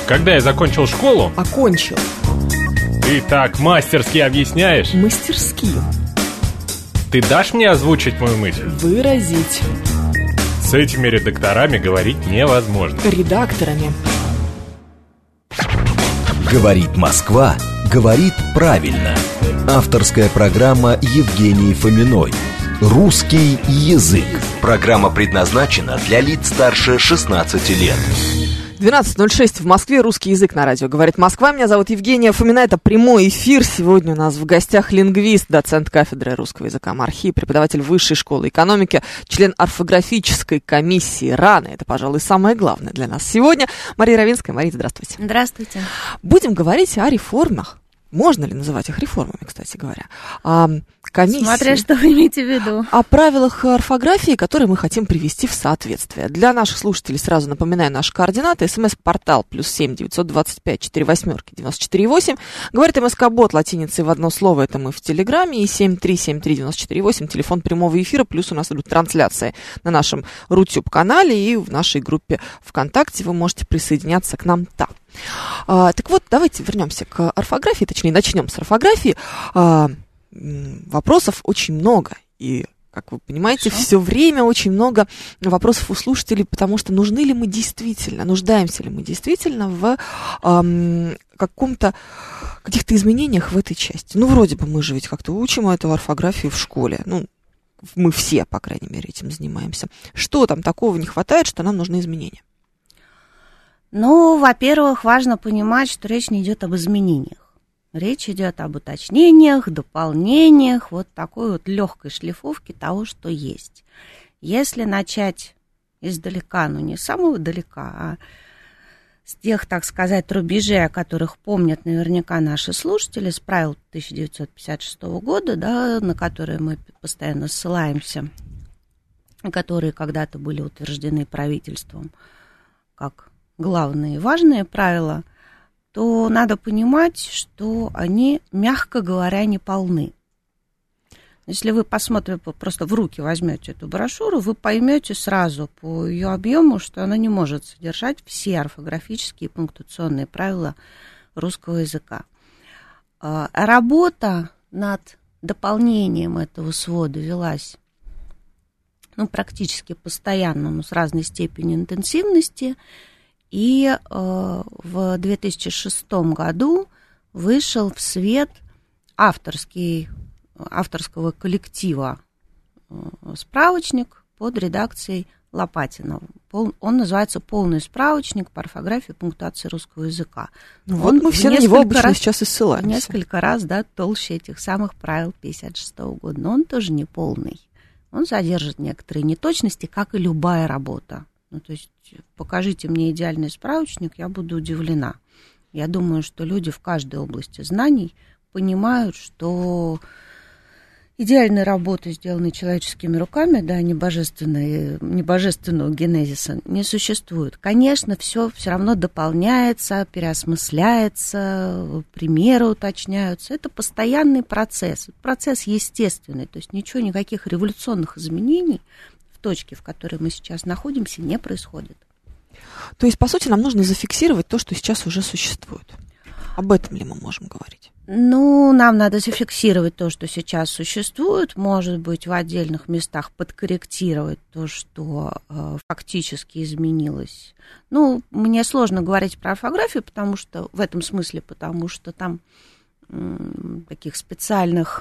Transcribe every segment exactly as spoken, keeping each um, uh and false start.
Когда я закончил школу... Окончил. Ты так мастерски объясняешь. Мастерски. Ты дашь мне озвучить мою мысль? Выразить. С этими редакторами говорить невозможно. Редакторами. Говорит Москва, говорит правильно. Авторская программа Евгении Фоминой. Русский язык. Программа предназначена для лиц старше шестнадцати лет. двенадцать ноль шесть в Москве. Русский язык на радио «Говорит Москва». Меня зовут Евгения Фомина. Это прямой эфир. Сегодня у нас в гостях лингвист, доцент кафедры русского языка МАРХИ, преподаватель Высшей школы экономики, член орфографической комиссии РАНы. Это, пожалуй, самое главное для нас сегодня. Мария Равинская. Мария, здравствуйте. Здравствуйте. Будем говорить о реформах. Можно ли называть их реформами, кстати говоря? А, комиссии, смотря что вы имеете в виду. О правилах орфографии, которые мы хотим привести в соответствие. Для наших слушателей сразу напоминаю наши координаты. СМС-портал плюс семь девятьсот двадцать пять четыре восьмерки девяносто четыре восемь. Говорит МСК-бот латиницей в одно слово. Это мы в Телеграме. И семь три семь три девяносто четыре восемь. Телефон прямого эфира. Плюс у нас идут трансляции на нашем Рутюб-канале и в нашей группе ВКонтакте. Вы можете присоединяться к нам там. А, так вот, давайте вернемся к орфографии, точнее, начнем с орфографии. А, вопросов очень много, и, как вы понимаете, Хорошо. Все время очень много вопросов у слушателей, потому что нужны ли мы действительно, нуждаемся ли мы действительно в а, каком-то, каких-то изменениях в этой части. Ну, вроде бы мы же ведь как-то учим эту орфографию в школе, ну, мы все, по крайней мере, этим занимаемся. Что там такого не хватает, что нам нужны изменения? Ну, во-первых, важно понимать, что речь не идет об изменениях. Речь идет об уточнениях, дополнениях, вот такой вот легкой шлифовки того, что есть. Если начать издалека, ну не с самого далека, а с тех, так сказать, рубежей, о которых помнят наверняка наши слушатели, с правил тысяча девятьсот пятьдесят шестого года, да, на которые мы постоянно ссылаемся, которые когда-то были утверждены правительством как главные важные правила, то надо понимать, что они, мягко говоря, не полны. Если вы посмотрите, просто в руки возьмете эту брошюру, вы поймете сразу по ее объему, что она не может содержать все орфографические и пунктуационные правила русского языка. Работа над дополнением этого свода велась, ну, практически постоянно, но с разной степенью интенсивности. И э, в две тысячи шестом году вышел в свет авторский, авторского коллектива э, справочник под редакцией Лопатина. Пол, он называется «Полный справочник по орфографии и пунктуации русского языка». Ну, вот мы все на него обычно раз, сейчас и ссылаемся. Несколько раз, да, толще этих самых правил пятьдесят шестого года. Но он тоже не полный. Он содержит некоторые неточности, как и любая работа. Ну, то есть покажите мне идеальный справочник, я буду удивлена. Я думаю, что люди в каждой области знаний понимают, что идеальной работы, сделанной человеческими руками, да, не, божественной, не божественного генезиса, не существует. Конечно, все все равно дополняется, переосмысляется, примеры уточняются. Это постоянный процесс, процесс естественный, то есть ничего, никаких революционных изменений в точке, в которой мы сейчас находимся, не происходит. То есть, по сути, нам нужно зафиксировать то, что сейчас уже существует. Об этом ли мы можем говорить? Ну, нам надо зафиксировать то, что сейчас существует, может быть, в отдельных местах подкорректировать то, что э, фактически изменилось. Ну, мне сложно говорить про орфографию, потому что в этом смысле, потому что там э, таких специальных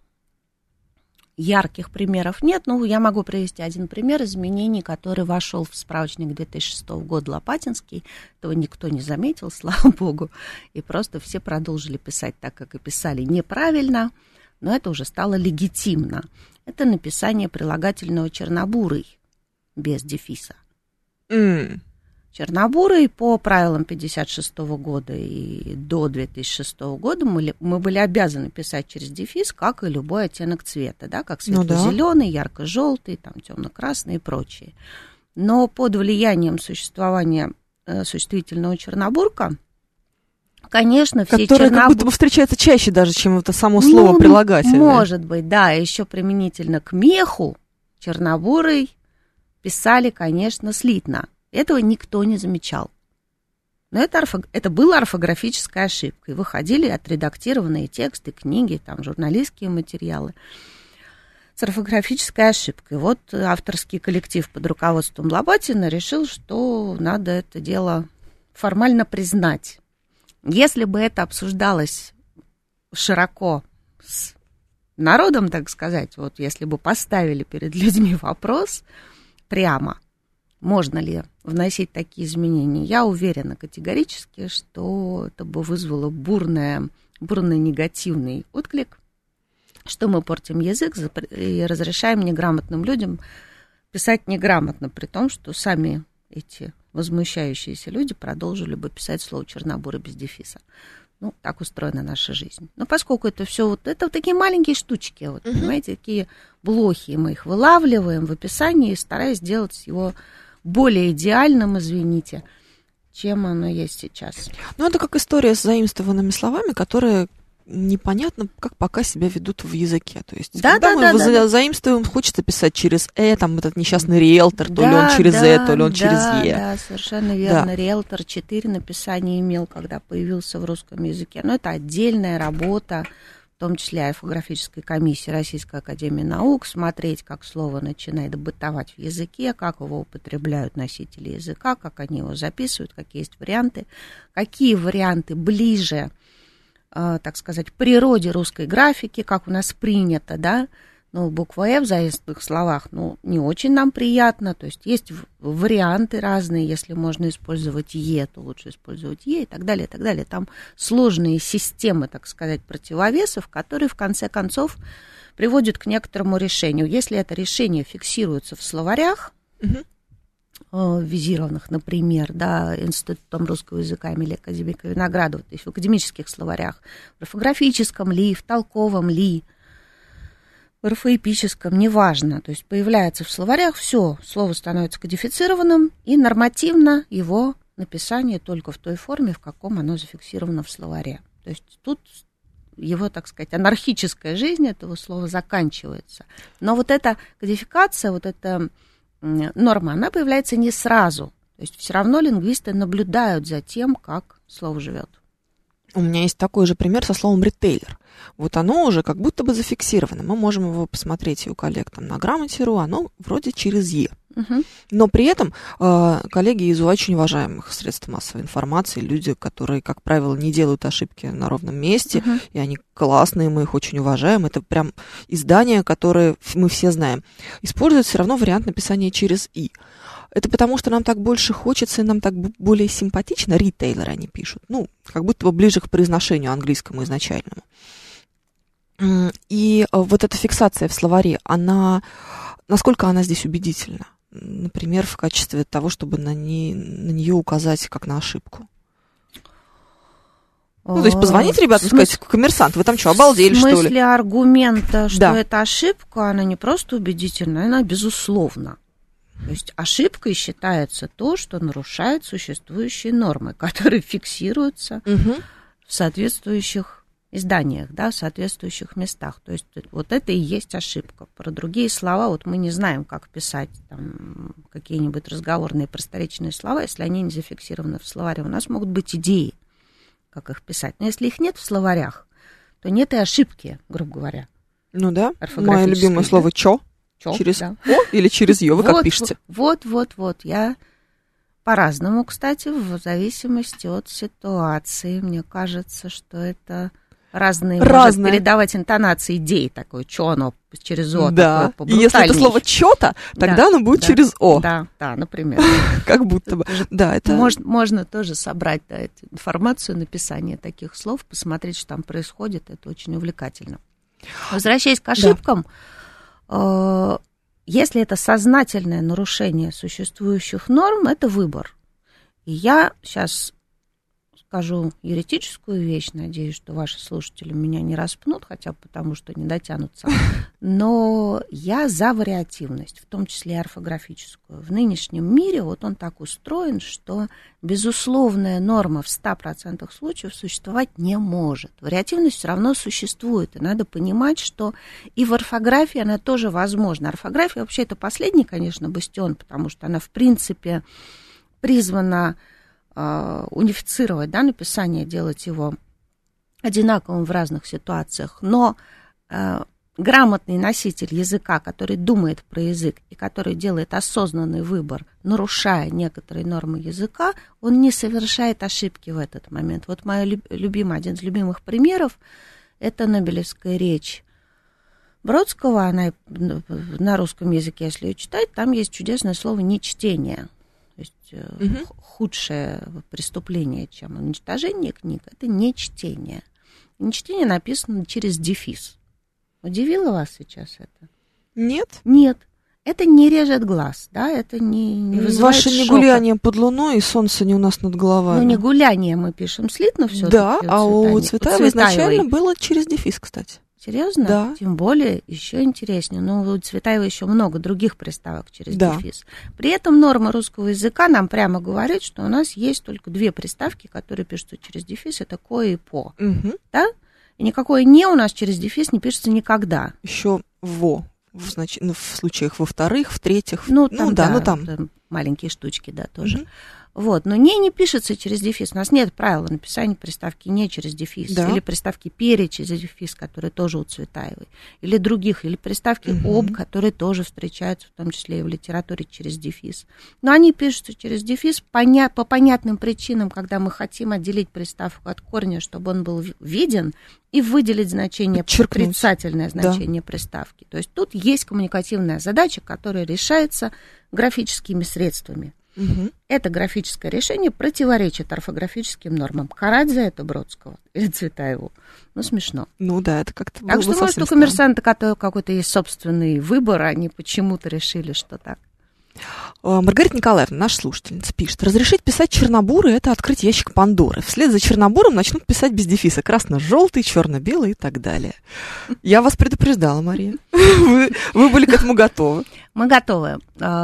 ярких примеров нет. Ну, я могу привести один пример изменений, который вошел в справочник две тысячи шестого года Лопатинский. Этого никто не заметил, слава богу. И просто все продолжили писать так, как и писали, неправильно. Но это уже стало легитимно. Это написание прилагательного чернобурый без дефиса. Mm. Чернобурый по правилам пятьдесят шестого года и до две тысячи шестого года мы, мы были обязаны писать через дефис, как и любой оттенок цвета, да, как светло-зеленый, ну да. ярко-желтый, там, темно-красный и прочие. Но под влиянием существования э, существительного чернобурка, конечно, все Которое чернобур... как будто бы встречается чаще даже, чем это само слово ну, прилагательное. Может быть, да, еще применительно к меху чернобурый писали, конечно, слитно. Этого никто не замечал. Но это, орфо... это была орфографическая ошибка. И выходили отредактированные тексты, книги, там, журналистские материалы с орфографической ошибкой. Вот авторский коллектив под руководством Лопатина решил, что надо это дело формально признать. Если бы это обсуждалось широко с народом, так сказать, вот если бы поставили перед людьми вопрос прямо, можно ли вносить такие изменения, я уверена категорически, что это бы вызвало бурное, бурный негативный отклик, что мы портим язык и разрешаем неграмотным людям писать неграмотно, при том, что сами эти возмущающиеся люди продолжили бы писать слово «чернобурый» без дефиса. Ну, так устроена наша жизнь. Но поскольку это все вот, это вот такие маленькие штучки, вот, uh-huh. понимаете, такие блохи, мы их вылавливаем в описании, стараясь сделать его более идеальным, извините, чем оно есть сейчас. Ну, это как история с заимствованными словами, которые непонятно, как пока себя ведут в языке. То есть, да, когда да, мы да, его да, заимствуем, хочется писать через «э», там этот несчастный риэлтор, то да, ли он через да, «э», то ли он да, через «е». Да, совершенно верно. Да. Риэлтор четыре написания имел, когда появился в русском языке. Но это отдельная работа, в том числе орфографической комиссии Российской академии наук, смотреть, как слово начинает бытовать в языке, как его употребляют носители языка, как они его записывают, какие есть варианты, какие варианты ближе, так сказать, природе русской графики, как у нас принято, да, ну, буква «э» в заимствованных словах, ну, не очень нам приятно, то есть есть варианты разные, если можно использовать «е», то лучше использовать «е» и так далее, и так далее. Там сложные системы, так сказать, противовесов, которые, в конце концов, приводят к некоторому решению. Если это решение фиксируется в словарях, угу. визированных, например, да, Институтом русского языка имени академика Виноградова, то есть в академических словарях, в орфографическом ли, в толковом ли, в орфоэпическом, неважно, то есть появляется в словарях, все, слово становится кодифицированным, и нормативно его написание только в той форме, в каком оно зафиксировано в словаре. То есть тут его, так сказать, анархическая жизнь этого слова заканчивается. Но вот эта кодификация, вот эта норма, она появляется не сразу. То есть все равно лингвисты наблюдают за тем, как слово живет. У меня есть такой же пример со словом «ритейлер». Вот оно уже как будто бы зафиксировано. Мы можем его посмотреть и у коллег там на грамоте.ру, оно вроде через «е». Uh-huh. Но при этом э, коллеги из очень уважаемых средств массовой информации, люди, которые, как правило, не делают ошибки на ровном месте, uh-huh. и они классные, мы их очень уважаем, это прям издания, которые мы все знаем, используют все равно вариант написания через «и». Это потому, что нам так больше хочется, и нам так более симпатично, ритейлеры они пишут, ну, как будто бы ближе к произношению английскому изначальному. И вот эта фиксация в словаре, она, насколько она здесь убедительна? Например, в качестве того, чтобы на, не, на нее указать как на ошибку. Ну, то есть позвонить ребятам и сказать: коммерсант, вы там что, обалдели, что ли? В смысле аргумента, что да. это ошибка, она не просто убедительна, она безусловна. То есть ошибкой считается то, что нарушает существующие нормы, которые фиксируются угу. в соответствующих изданиях, да, в соответствующих местах. То есть вот это и есть ошибка. Про другие слова вот мы не знаем, как писать там какие-нибудь разговорные просторечные слова, если они не зафиксированы в словаре. У нас могут быть идеи, как их писать. Но если их нет в словарях, то нет и ошибки, грубо говоря. Ну да, мое любимое слово «чё». Чё? Через да. «о» или через «ё», вы вот, как пишете? Вот, вот, вот. Я по-разному, кстати, в зависимости от ситуации. Мне кажется, что это разные, разные. Может передавать интонации идей. Такое «чё» оно через «о». Да, и если это слово «чё-то», тогда да, оно будет да, через «о». Да, да, например. Как будто бы. Да, это... можно, можно тоже собрать да, эту информацию, написание таких слов, посмотреть, что там происходит. Это очень увлекательно. Возвращаясь к ошибкам, да. Если это сознательное нарушение существующих норм, это выбор. И я сейчас скажу еретическую вещь, надеюсь, что ваши слушатели меня не распнут, хотя бы потому, что не дотянутся, но я за вариативность, в том числе и орфографическую. В нынешнем мире вот он так устроен, что безусловная норма в ста процентах случаев существовать не может. Вариативность все равно существует, и надо понимать, что и в орфографии она тоже возможна. Орфография вообще это последний, конечно, бастион, потому что она в принципе призвана э, унифицировать, да, написание, делать его одинаковым в разных ситуациях, но э, грамотный носитель языка, который думает про язык и который делает осознанный выбор, нарушая некоторые нормы языка, он не совершает ошибки в этот момент. Вот мой любимый, один из любимых примеров – это Нобелевская речь Бродского. Она на русском языке, если ее читать, там есть чудесное слово «нечтение». То есть угу. худшее преступление, чем уничтожение книг, это нечтение. Нечтение написано через дефис. Удивило вас сейчас это? Нет. Нет. Это не режет глаз, да, это не, не вызывает Ваше не шока. гуляние под луной и солнце не у нас над головами. Ну, не гуляние мы пишем слитно все-таки. Да, а у Цветаевой изначально было через дефис, кстати. Серьезно? Да. Тем более еще интереснее. Ну, у Цветаевой еще много других приставок через да. дефис. При этом норма русского языка нам прямо говорит, что у нас есть только две приставки, которые пишутся через дефис. Это ко и по. Угу. Да? И никакое не у нас через дефис не пишется никогда. Еще во. В, знач... ну, в случаях во-вторых, в-третьих. Ну, там, ну да, да, ну там. там маленькие штучки, да, тоже. Угу. Вот, но не не пишется через дефис. У нас нет правила написания приставки не через дефис. Да. Или приставки пере через дефис, которые тоже у Цветаевой. Или других, или приставки угу. об, которые тоже встречаются, в том числе и в литературе, через дефис. Но они пишутся через дефис поня- по понятным причинам, когда мы хотим отделить приставку от корня, чтобы он был виден, и выделить значение, подчеркнуть. Отрицательное значение да. приставки. То есть тут есть коммуникативная задача, которая решается графическими средствами. Угу. Это графическое решение противоречит орфографическим нормам. Карать за это Бродского или Цветаеву, ну, смешно. Ну да, это как-то Так что, может, у коммерсанта какой-то есть собственный выбор, они почему-то решили, что так. Маргарита Николаевна, наша слушательница, пишет: разрешить писать чернобуры – это открыть ящик Пандоры. Вслед за чернобуром начнут писать без дефиса: красно-желтый, черно-белый и так далее. Я вас предупреждала, Мария. Вы, вы были к этому готовы. Мы готовы.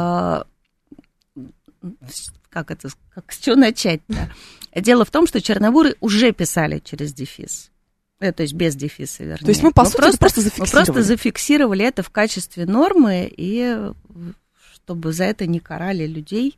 Как это, как, с чего начать-то? Дело в том, что чернобуры уже писали через дефис. То есть без дефиса, вернее. То есть мы, по мы сути, просто, просто зафиксировали. Мы просто зафиксировали это в качестве нормы, и чтобы за это не карали людей,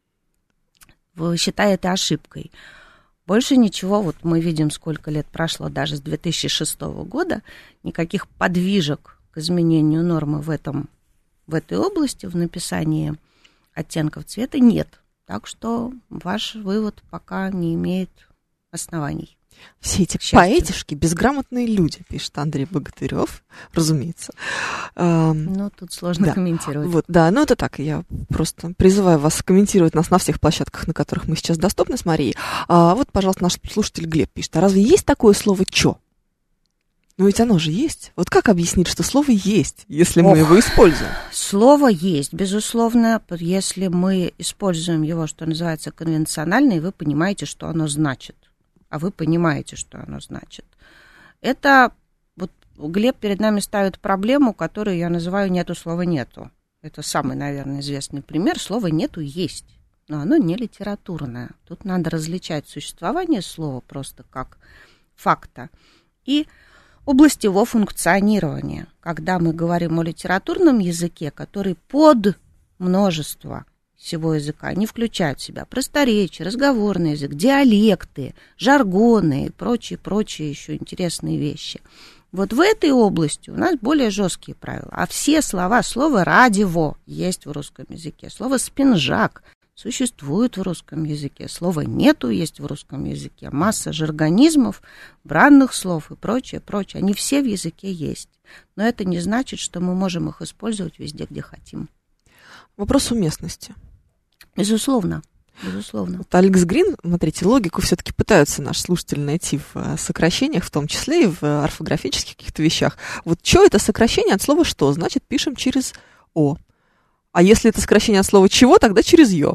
считая это ошибкой. Больше ничего, вот мы видим, сколько лет прошло, даже с две тысячи шестого года, никаких подвижек к изменению нормы в, этом, в этой области, в написании оттенков цвета нет. Так что ваш вывод пока не имеет оснований. Все эти поэтишки, безграмотные люди, пишет Андрей Богатырев, разумеется. Ну, тут сложно да. комментировать. Вот, да, ну это так, я просто призываю вас комментировать нас на всех площадках, на которых мы сейчас доступны с Марией. А вот, пожалуйста, наш слушатель Глеб пишет: а разве есть такое слово «чё»? Ну ведь оно же есть. Вот как объяснить, что слово есть, если мы Ох, его используем? Слово есть, безусловно, если мы используем его, что называется, конвенционально, и вы понимаете, что оно значит. А вы понимаете, что оно значит. Это вот Глеб перед нами ставит проблему, которую я называю «нету слова нету». Это самый, наверное, известный пример. Слова «нету» есть, но оно не литературное. Тут надо различать существование слова просто как факта и область его функционирования. Когда мы говорим о литературном языке, который под множество всего языка не включают в себя просторечие, разговорный язык, диалекты, жаргоны и прочие-прочие еще интересные вещи. Вот в этой области у нас более жесткие правила. А все слова, слово «радиво» есть в русском языке, слово «спинжак» существует в русском языке, слова «нету» есть в русском языке, масса жаргонизмов, бранных слов и прочее, прочее. Они все в языке есть. Но это не значит, что мы можем их использовать везде, где хотим. Вопрос уместности. Безусловно, безусловно. Вот Алекс Грин, смотрите, логику все-таки пытаются наши слушатели найти в сокращениях, в том числе и в орфографических каких-то вещах. Вот что это сокращение от слова «что», значит, пишем через «о». А если это сокращение от слова «чего», тогда через «ё».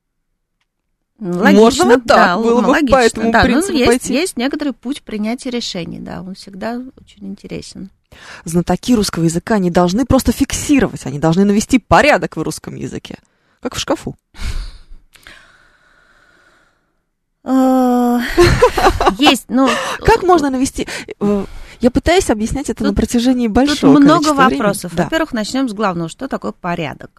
Логично, можно вот так да, было бы логично, по этому да, принципу ну, есть, пойти. Есть некоторый путь принятия решений, да, он всегда очень интересен. Знатоки русского языка не должны просто фиксировать, они должны навести порядок в русском языке, как в шкафу. Есть, но... Как можно навести... Я пытаюсь объяснять это на протяжении большого количества времени. Тут много вопросов. Да. Во-первых, начнем с главного. Что такое порядок?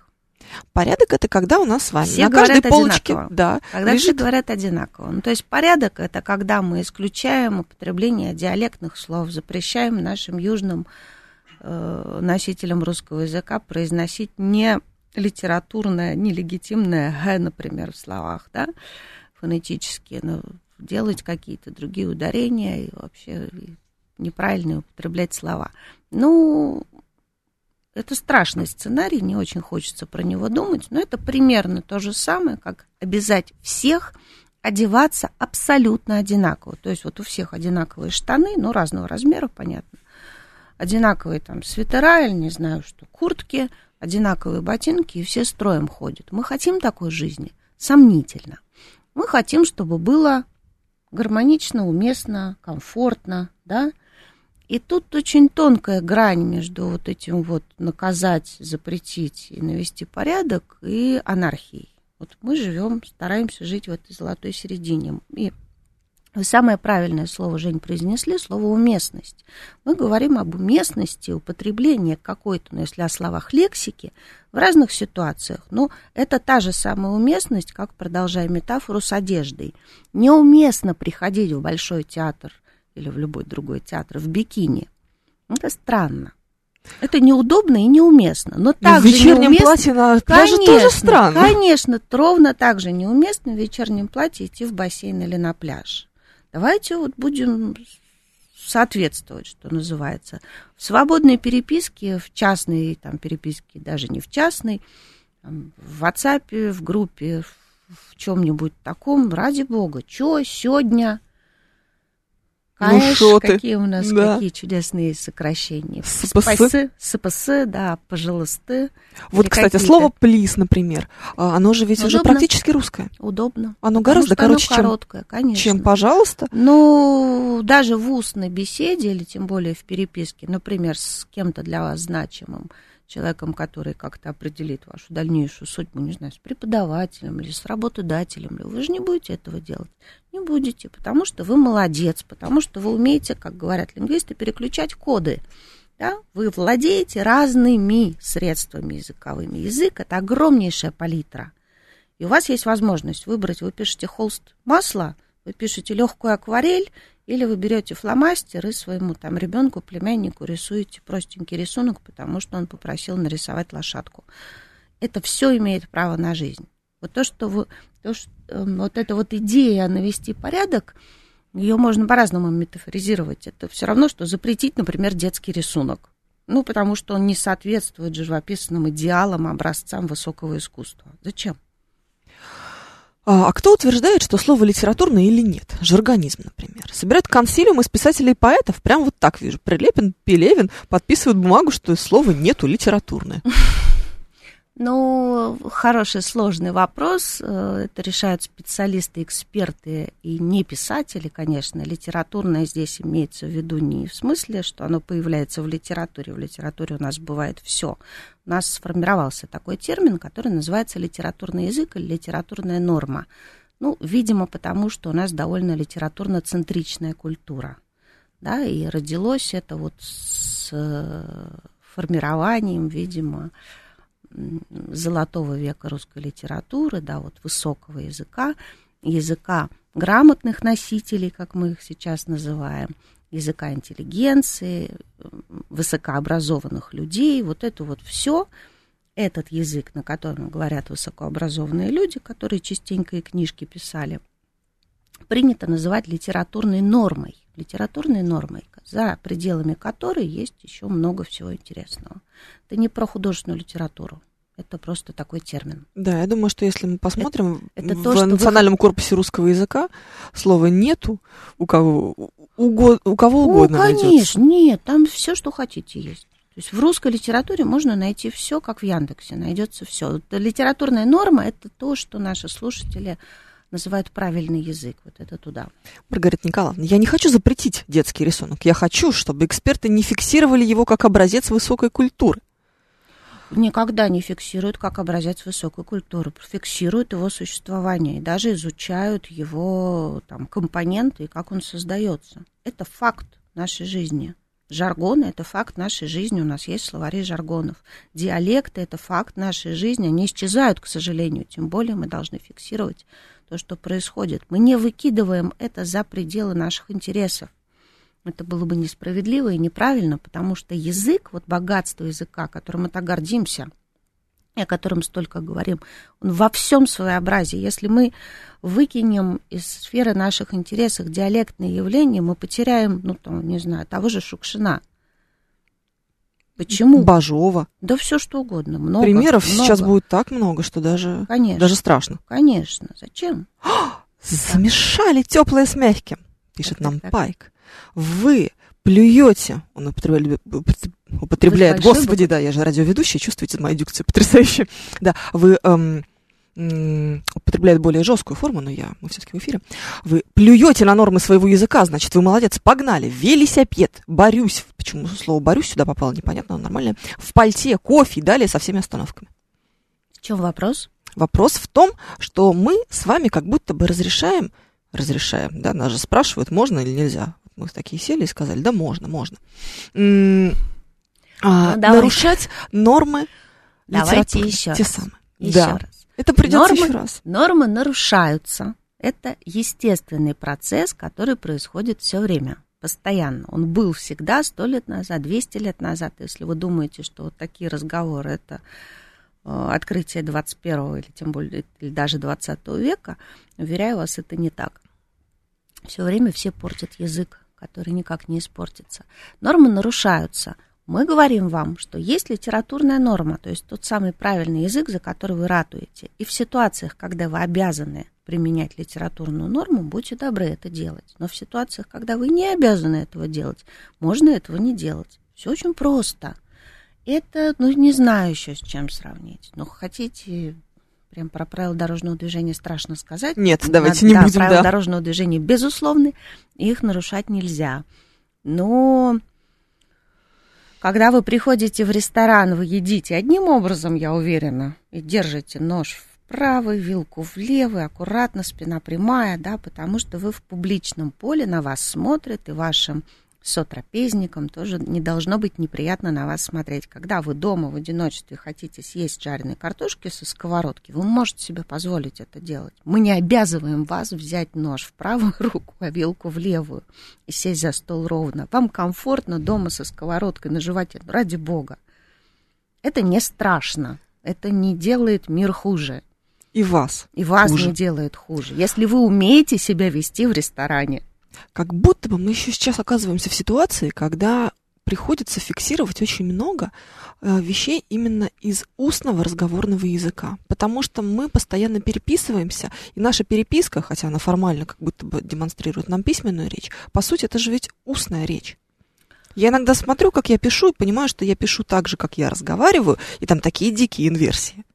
Порядок — это когда у нас с вами все на каждой полочке, одинаково. да, когда лежит... все говорят одинаково. Ну, то есть порядок — это когда мы исключаем употребление диалектных слов, запрещаем нашим южным э, носителям русского языка произносить не литературное, нелегитимное «г», например, в словах, да, фонетические, но делать какие-то другие ударения и вообще неправильно употреблять слова. Ну, это страшный сценарий, не очень хочется про него думать, но это примерно то же самое, как обязать всех одеваться абсолютно одинаково. То есть вот у всех одинаковые штаны, ну, разного размера, понятно, одинаковые там свитера или, не знаю что, куртки, одинаковые ботинки, и все строем ходят. Мы хотим такой жизни? Сомнительно. Мы хотим, чтобы было гармонично, уместно, комфортно, да? И тут очень тонкая грань между вот этим вот наказать, запретить и навести порядок и анархией. Вот мы живем, стараемся жить в этой золотой середине. И вы самое правильное слово, Жень, произнесли, слово «уместность». Мы говорим об уместности употребления какой-то, ну, если о словах лексики, в разных ситуациях. Но это та же самая уместность, как, продолжая метафору, с одеждой. Неуместно приходить в Большой театр или в любой другой театр в бикини. Это странно. Это неудобно и неуместно. Но также в вечернем неуместно... платье на пляже конечно, тоже странно. Конечно, ровно так же неуместно в вечернем платье идти в бассейн или на пляж. Давайте вот будем соответствовать, что называется. В свободной переписке, в частной там, переписке, даже не в частной, там, в WhatsApp, в группе, в чем-нибудь таком, ради бога, чё сегодня... Каэш, ну, какие у нас, да. какие чудесные сокращения. СПС. СПС, да, пожалуйста. Вот, кстати, какие-то. слово «плиз», например, оно же ведь Удобно. уже практически русское. Удобно. Оно гораздо короче, оно короткое, чем, конечно. чем «пожалуйста». Ну, даже в устной беседе, или тем более в переписке, например, с кем-то для вас значимым, человеком, который как-то определит вашу дальнейшую судьбу, не знаю, с преподавателем или с работодателем, вы же не будете этого делать. Не будете, потому что вы молодец, потому что вы умеете, как говорят лингвисты, переключать коды. Да? Вы владеете разными средствами языковыми. Язык — это огромнейшая палитра. И у вас есть возможность выбрать, вы пишете холст масла, вы пишете легкую акварель, или вы берете фломастер и своему там ребенку, племяннику рисуете простенький рисунок, потому что он попросил нарисовать лошадку. Это все имеет право на жизнь. Вот то, что вы, то, что, вот эта вот идея навести порядок, ее можно по-разному метафоризировать. Это все равно, что запретить, например, детский рисунок. Ну, потому что он не соответствует живописным идеалам, образцам высокого искусства. Зачем? А, а кто утверждает, что слово литературное или нет? Жаргонизм, например. Собирают консилиум из писателей и поэтов, прям вот так вижу. Прилепин, Пелевин подписывают бумагу, что слова нету литературное. Ну, хороший, сложный вопрос. Это решают специалисты, эксперты и не писатели, конечно. Литературное здесь имеется в виду не в смысле, что оно появляется в литературе. В литературе у нас бывает все. У нас сформировался такой термин, который называется литературный язык или литературная норма. Ну, видимо, потому что у нас довольно литературно-центричная культура. Да, и родилось это вот с формированием, видимо, золотого века русской литературы, да, вот высокого языка, языка грамотных носителей, как мы их сейчас называем, языка интеллигенции, высокообразованных людей, вот это вот все, этот язык, на котором говорят высокообразованные люди, которые частенько и книжки писали, принято называть литературной нормой, литературной нормой, за пределами которой есть еще много всего интересного. Это не про художественную литературу, это просто такой термин. Да, я думаю, что если мы посмотрим, это, это в то, Национальном вы... корпусе русского языка слова нету, у кого, угод, у кого угодно найдется. Ну, конечно, нет, там все, что хотите, есть. То есть в русской литературе можно найти все, как в Яндексе, найдется все. Литературная норма — это то, что наши слушатели называют правильный язык, вот это туда. Маргарита Николаевна, я не хочу запретить детский рисунок, я хочу, чтобы эксперты не фиксировали его как образец высокой культуры. Никогда не фиксируют как образец высокой культуры, фиксируют его существование и даже изучают его там, компоненты и как он создается. Это факт нашей жизни. Жаргоны – это факт нашей жизни, у нас есть словари жаргонов. Диалекты – это факт нашей жизни, они исчезают, к сожалению, тем более мы должны фиксировать то, что происходит. Мы не выкидываем это за пределы наших интересов. Это было бы несправедливо и неправильно, потому что язык, вот богатство языка, которым мы так гордимся, и о котором столько говорим, он во всем своеобразии. Если мы выкинем из сферы наших интересов диалектные явления, мы потеряем, ну, там, не знаю, того же Шукшина. Почему? Бажова. Да все что угодно. Много, Примеров много. сейчас будет так много, что даже, Конечно. даже страшно. Конечно. Зачем? Замешали теплое с мягким, пишет так, нам так, так. Пайк. Вы плюете, он употребляет, употребляет господи, да, я же радиоведущая, чувствуете, моя дикция потрясающая. Да, вы эм, м, употребляет более жесткую форму, но я, мы все-таки в эфире. Вы плюете на нормы своего языка, значит, вы молодец, погнали. Велосипед, борюсь, почему слово борюсь сюда попало, непонятно, но нормально. В пальте, кофе и далее со всеми остановками. В чем вопрос? Вопрос в том, что мы с вами как будто бы разрешаем, разрешаем, да, нас же спрашивают, можно или нельзя. Мы такие сели и сказали, да, можно, можно. М- а, ну, нарушать нормы давайте литературы. Еще те раз. самые. Еще Да. раз. Это придется нормы, еще раз. Нормы нарушаются. Это естественный процесс, который происходит все время, постоянно. Он был всегда сто лет назад, двести лет назад. Если вы думаете, что вот такие разговоры это э, открытие двадцать первого или тем более или даже двадцатого века, уверяю вас, это не так. Все время все портят язык, который никак не испортится. Нормы нарушаются. Мы говорим вам, что есть литературная норма, то есть тот самый правильный язык, за который вы ратуете. И в ситуациях, когда вы обязаны применять литературную норму, будьте добры это делать. Но в ситуациях, когда вы не обязаны этого делать, можно этого не делать. Все очень просто. Это, ну, не знаю еще с чем сравнить. Но хотите... Прям про правила дорожного движения страшно сказать. Нет, давайте Надо, не да, будем, правила да. дорожного движения безусловны, их нарушать нельзя. Но когда вы приходите в ресторан, вы едите одним образом, я уверена, и держите нож вправо, вилку влево, аккуратно, спина прямая, да, потому что вы в публичном поле, на вас смотрят, и вашим сотрапезникам тоже не должно быть неприятно на вас смотреть. Когда вы дома в одиночестве хотите съесть жареные картошки со сковородки, вы можете себе позволить это делать. Мы не обязываем вас взять нож в правую руку, а вилку в левую и сесть за стол ровно. Вам комфортно дома со сковородкой наживать, ради бога. Это не страшно. Это не делает мир хуже. И вас. И вас хуже. не делает хуже. Если вы умеете себя вести в ресторане. Как будто бы мы еще сейчас оказываемся в ситуации, когда приходится фиксировать очень много э, вещей именно из устного разговорного языка. Потому что мы постоянно переписываемся, и наша переписка, хотя она формально как будто бы демонстрирует нам письменную речь, по сути, это же ведь устная речь. Я иногда смотрю, как я пишу, и понимаю, что я пишу так же, как я разговариваю, и там такие дикие инверсии.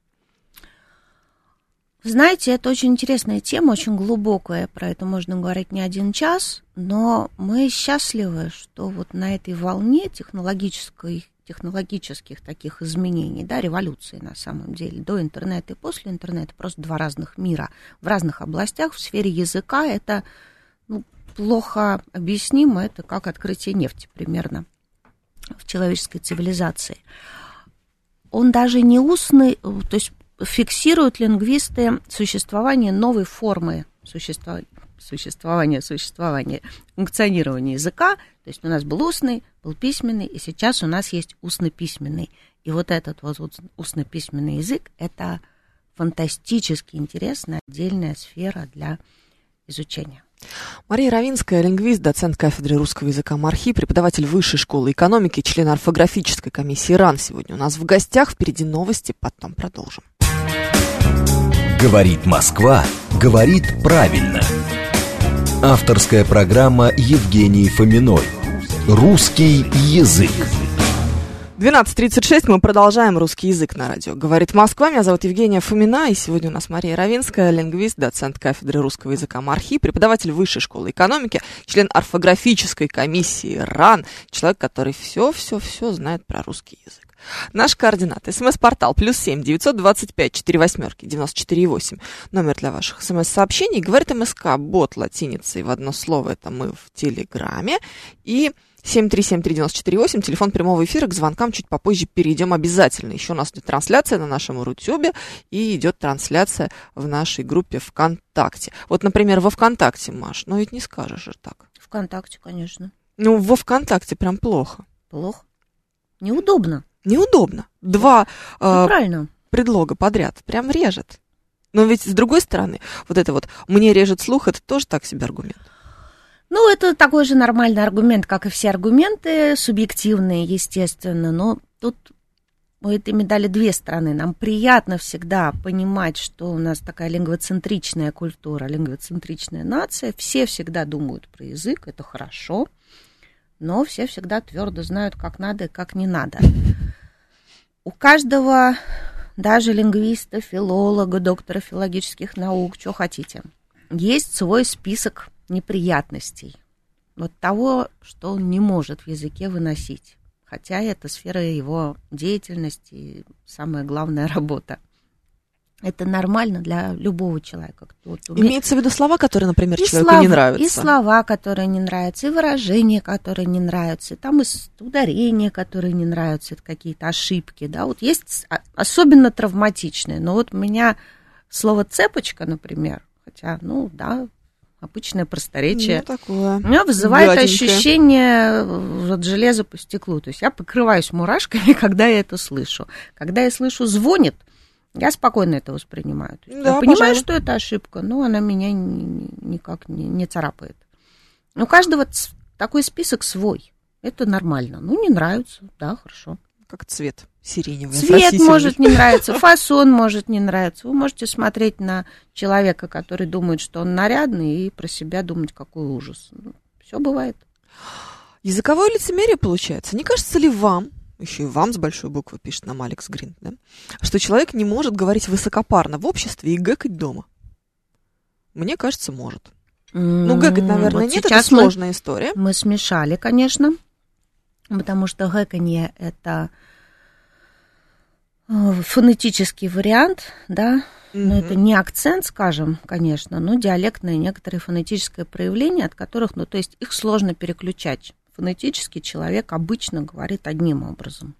Знаете, это очень интересная тема, очень глубокая, про это можно говорить не один час, но мы счастливы, что вот на этой волне технологической, технологических таких изменений, да, революции на самом деле, до интернета и после интернета, просто два разных мира в разных областях, в сфере языка это, ну, плохо объяснимо, это как открытие нефти примерно в человеческой цивилизации. Он даже не устный, то есть фиксируют лингвисты существование новой формы существования, существования, существования, функционирования языка. То есть у нас был устный, был письменный, и сейчас у нас есть устно-письменный. И вот этот вот устно-письменный язык – это фантастически интересная отдельная сфера для изучения. Мария Равинская, лингвист, доцент кафедры русского языка МАРХИ, преподаватель Высшей школы экономики, член орфографической комиссии РАН. Сегодня у нас в гостях. Впереди новости, потом продолжим. Говорит Москва, говорит правильно. Авторская программа Евгении Фоминой. Русский язык. двенадцать тридцать шесть, мы продолжаем русский язык на радио. Говорит Москва, меня зовут Евгения Фомина, и сегодня у нас Мария Равинская, лингвист, доцент кафедры русского языка МАРХИ, преподаватель Высшей школы экономики, член орфографической комиссии РАН, человек, который все-все-все знает про русский язык. Наш координат. СМС-портал плюс семь девятьсот двадцать пять четыре восьмерки девяносто четыре восемь. Номер для ваших смс-сообщений. Говорит МСК, бот латиницей в одно слово. Это мы в Телеграме. И семь три семь три девять четыре восемь, телефон прямого эфира, к звонкам чуть попозже перейдем обязательно. Еще у нас идет трансляция на нашем Рутюбе и идет трансляция в нашей группе ВКонтакте. Вот, например, во ВКонтакте, Маш, но ведь не скажешь же так. ВКонтакте, конечно. Ну, во ВКонтакте прям плохо. Плохо. Неудобно. Неудобно. Два Ну, э, правильно. предлога подряд. Прям режет. Но ведь с другой стороны, вот это вот «мне режет слух» — это тоже так себе аргумент. Ну, это такой же нормальный аргумент, как и все аргументы, субъективные, естественно, но тут у этой медали две стороны. Нам приятно всегда понимать, что у нас такая лингвоцентричная культура, лингвоцентричная нация. Все всегда думают про язык, это хорошо, но все всегда твердо знают, как надо и как не надо. У каждого, даже лингвиста, филолога, доктора филологических наук, что хотите, есть свой список неприятностей. Вот того, что он не может в языке выносить. Хотя это сфера его деятельности и самая главная работа. Это нормально для любого человека. Кто умеет... Имеется в виду слова, которые, например, и человеку слова, не нравятся. И слова, которые не нравятся, и выражения, которые не нравятся, и там и ударения, которые не нравятся, это какие-то ошибки. Да? Вот есть особенно травматичные. Но вот у меня слово «цепочка», например, хотя, ну да, обычное просторечие, Ну, такое. у меня вызывает гаденькое. ощущение от железа по стеклу. То есть я покрываюсь мурашками, когда я это слышу. Когда я слышу «звонит», я спокойно это воспринимаю. То есть Да, я понимаю, пожалуй. что это ошибка, но она меня ни- ни- никак не, не царапает. У каждого ц- такой список свой. Это нормально. Ну, не нравится, да, хорошо. Как цвет сиреневый. Цвет отвратительный. может не нравиться, фасон может не нравиться. Вы можете смотреть на человека, который думает, что он нарядный, и про себя думать, какой ужас. Все бывает. Языковое лицемерие получается. Не кажется ли вам, еще и вам с большой буквы пишет нам Алекс Грин, да, что человек не может говорить высокопарно в обществе и гэкать дома? Мне кажется, может. Ну, гэкать, наверное, Вот нет, это сейчас мы- сложная история. Мы смешали, конечно, потому что гэканье – это э, фонетический вариант, да, но Мгм. это не акцент, скажем, конечно, но диалектное некоторое фонетическое проявление, от которых, ну, то есть их сложно переключать. Фонетически человек обычно говорит одним образом.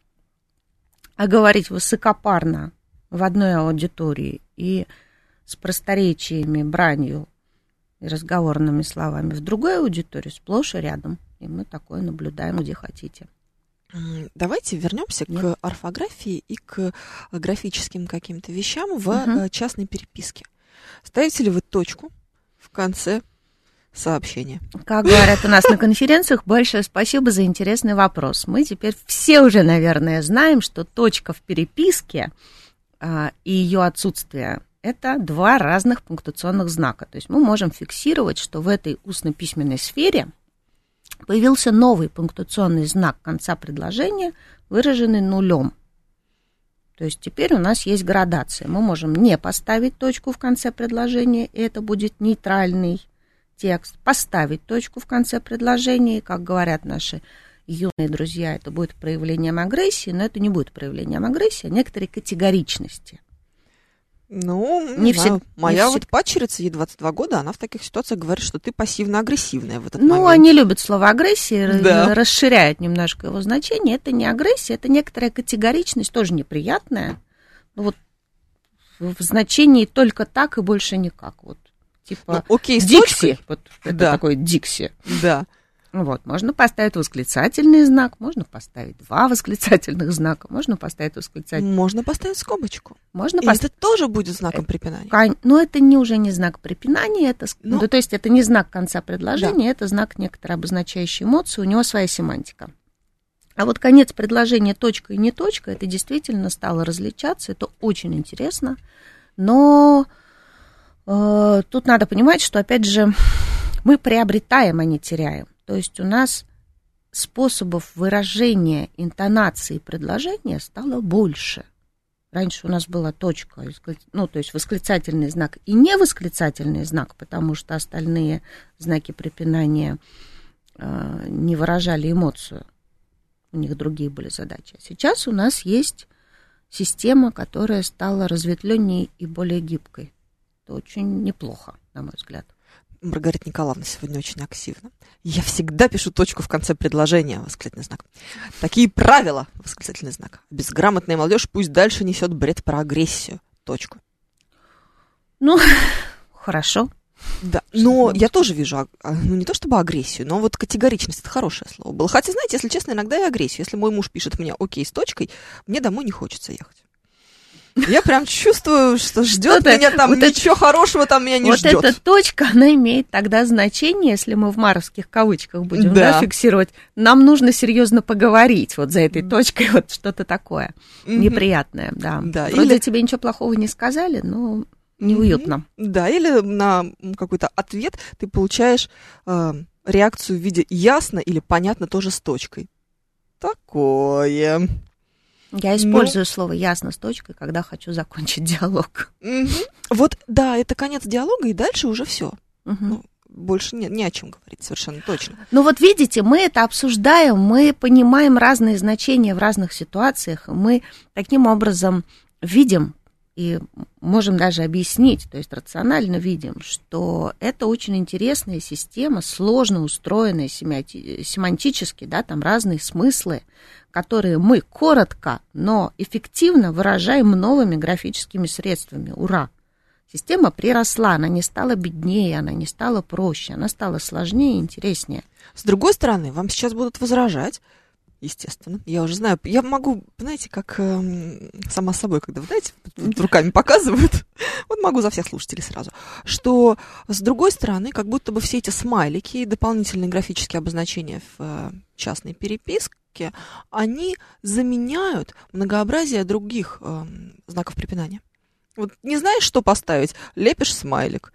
А говорить высокопарно в одной аудитории и с просторечиями, бранью и разговорными словами в другой аудитории сплошь и рядом. И мы такое наблюдаем, где хотите. М, Давайте вернемся к Нет. орфографии и к графическим каким-то вещам в Мгм. э, частной переписке. Ставите ли вы точку в конце сообщения? Как говорят у нас на конференциях, большое спасибо за интересный вопрос. Мы теперь все уже, наверное, знаем, что точка в переписке а, и ее отсутствие – это два разных пунктуационных знака. То есть мы можем фиксировать, что в этой устно-письменной сфере появился новый пунктуационный знак конца предложения, выраженный нулем. То есть теперь у нас есть градация. Мы можем не поставить точку в конце предложения, и это будет нейтральный текст. Поставить точку в конце предложения, и, как говорят наши юные друзья, это будет проявлением агрессии, но это не будет проявлением агрессии, а некоторой категоричности. Ну, не, Не знаю. всег- не Моя всег- вот падчерица, ей двадцать два года, она в таких ситуациях говорит, что ты пассивно-агрессивная в этот Ну, момент. они любят слово агрессия, Да. расширяют немножко его значение. Это не агрессия, это некоторая категоричность, тоже неприятная. Ну, вот в в значении только так и больше никак. Вот, типа Ну, окей, с Дикси. точкой. Вот это Да. такой Дикси. Да. Вот, можно поставить восклицательный знак, можно поставить два восклицательных знака, можно поставить восклицательный, Можно поставить скобочку. можно И поставить. это тоже будет знаком препинания. Кон- Но это не уже не знак препинания, это, с- Ну. ну, то есть это не знак конца предложения, это знак некоторой обозначающей эмоции, у него своя семантика. А вот конец предложения точка и не точка, это действительно стало различаться, это очень интересно, но э, тут надо понимать, что, опять же, мы приобретаем, а не теряем. То есть у нас способов выражения интонации предложения стало больше. Раньше у нас была точка, ну, то есть восклицательный знак и не восклицательный знак, потому что остальные знаки препинания э, не выражали эмоцию. у них другие были задачи. А сейчас у нас есть система, которая стала разветвленнее и более гибкой. Это очень неплохо, на мой взгляд. Маргарита Николаевна сегодня очень активна. Я всегда пишу точку в конце предложения, восклицательный знак. Такие правила, восклицательный знак. Безграмотная молодежь пусть дальше несет бред про агрессию. Точку. Ну, хорошо. Да, но я тоже вижу, ну не то чтобы агрессию, но вот категоричность — это хорошее слово было. Хотя, знаете, если честно, иногда и агрессию. Если мой муж пишет мне окей с точкой, мне домой не хочется ехать. Я прям чувствую, что ждет меня там, вот ничего это, хорошего там меня не вот ждет. Вот эта точка, она имеет тогда значение, если мы в маровских кавычках будем да. Да, фиксировать. Нам нужно серьезно поговорить вот за этой точкой, вот что-то такое mm-hmm. неприятное. Да. Да. Вроде или... тебе ничего плохого не сказали, но неуютно. Mm-hmm. Да, или на какой-то ответ ты получаешь э, реакцию в виде ясно или понятно тоже с точкой. Такое... Я использую ну, слово «ясно» с точкой, когда хочу закончить диалог. Угу. Вот, да, это конец диалога, и дальше уже все. Угу. Ну, больше не, не о чем говорить, совершенно точно. Ну вот видите, мы это обсуждаем, мы понимаем разные значения в разных ситуациях, мы таким образом видим и можем даже объяснить, то есть рационально видим, что это очень интересная система, сложно устроенная семантически, да, там разные смыслы, которые мы коротко, но эффективно выражаем новыми графическими средствами. Ура! Система приросла, она не стала беднее, она не стала проще, она стала сложнее и интереснее. С другой стороны, вам сейчас будут возражать, естественно, я уже знаю, я могу, знаете, как э, сама собой, когда, вы знаете, руками показывают, вот могу за всех слушателей сразу, что с другой стороны, как будто бы все эти смайлики и дополнительные графические обозначения в э, частной переписке, они заменяют многообразие других э, знаков препинания. Вот не знаешь, что поставить, лепишь смайлик.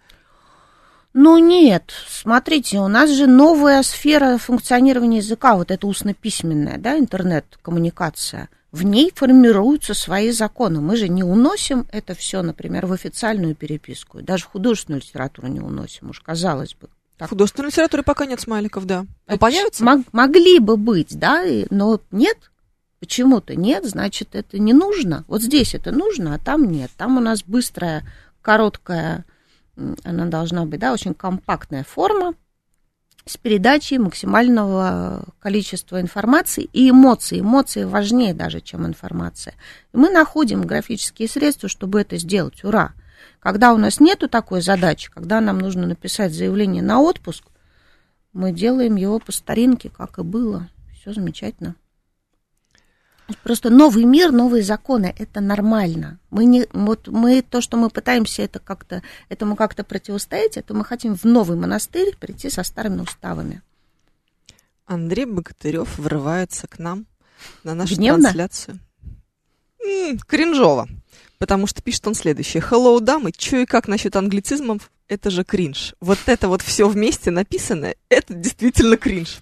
Ну нет, смотрите, у нас же новая сфера функционирования языка, вот эта устно-письменная, да, интернет-коммуникация. В ней формируются свои законы. Мы же не уносим это все, например, в официальную переписку, даже в художественную литературу не уносим, уж казалось бы. Так. В художественной литературе пока нет смайликов, да. А появятся? Мог, могли бы быть, да, но нет. Почему-то нет, значит, это не нужно. Вот здесь это нужно, а там нет. Там у нас быстрая, короткая, она должна быть, да, очень компактная форма с передачей максимального количества информации и эмоций. Эмоции важнее даже, чем информация. И мы находим графические средства, чтобы это сделать. Ура! Когда у нас нету такой задачи, когда нам нужно написать заявление на отпуск, мы делаем его по старинке, как и было. Все замечательно. Просто новый мир, новые законы, это нормально. Мы не, вот мы то, что мы пытаемся это как-то, этому как-то противостоять, это мы хотим в новый монастырь прийти со старыми уставами. Андрей Богатырев врывается к нам на нашу Гневно? Трансляцию. М-м, кринжово. Потому что пишет он следующее. Hello, дамы, чё и как насчет англицизмов? Это же кринж. Вот это вот все вместе написанное, это действительно кринж.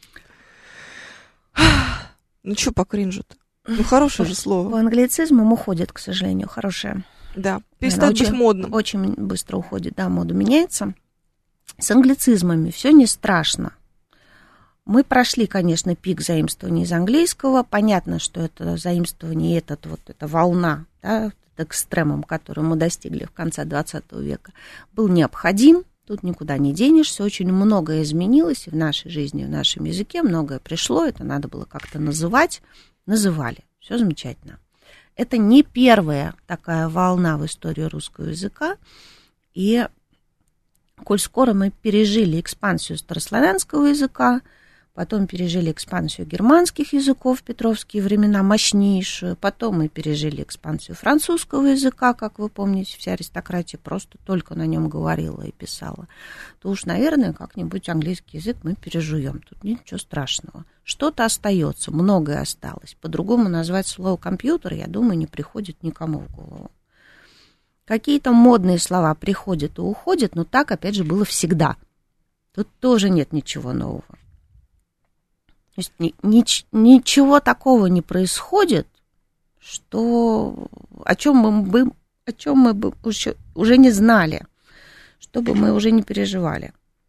Ну что по кринжу-то? Ну, хорошее же слово. По англицизмам уходит, к сожалению, хорошее. Да, перестает быть модным. Очень быстро уходит, да, мода меняется. С англицизмами все не страшно. Мы прошли, конечно, пик заимствования из английского. Понятно, что это заимствование, этот, вот эта волна, да, экстремум, который мы достигли в конце двадцатого века, был необходим. Тут никуда не денешься. Очень многое изменилось и в нашей жизни, и в нашем языке. Многое пришло, это надо было как-то называть. Называли. Все замечательно. Это не первая такая волна в истории русского языка. И коль скоро мы пережили экспансию старославянского языка, потом пережили экспансию германских языков в петровские времена, мощнейшую, потом мы пережили экспансию французского языка, как вы помните, вся аристократия просто только на нем говорила и писала, то уж, наверное, как-нибудь английский язык мы пережуем. Тут нет ничего страшного. Что-то остается, многое осталось. По-другому назвать слово «компьютер», я думаю, не приходит никому в голову. Какие-то модные слова приходят и уходят, но так, опять же, было всегда. Тут тоже нет ничего нового. То есть ни, ни, ничего такого не происходит, что, о чем мы бы, о чем мы бы уже, уже не знали, что бы мы уже не переживали.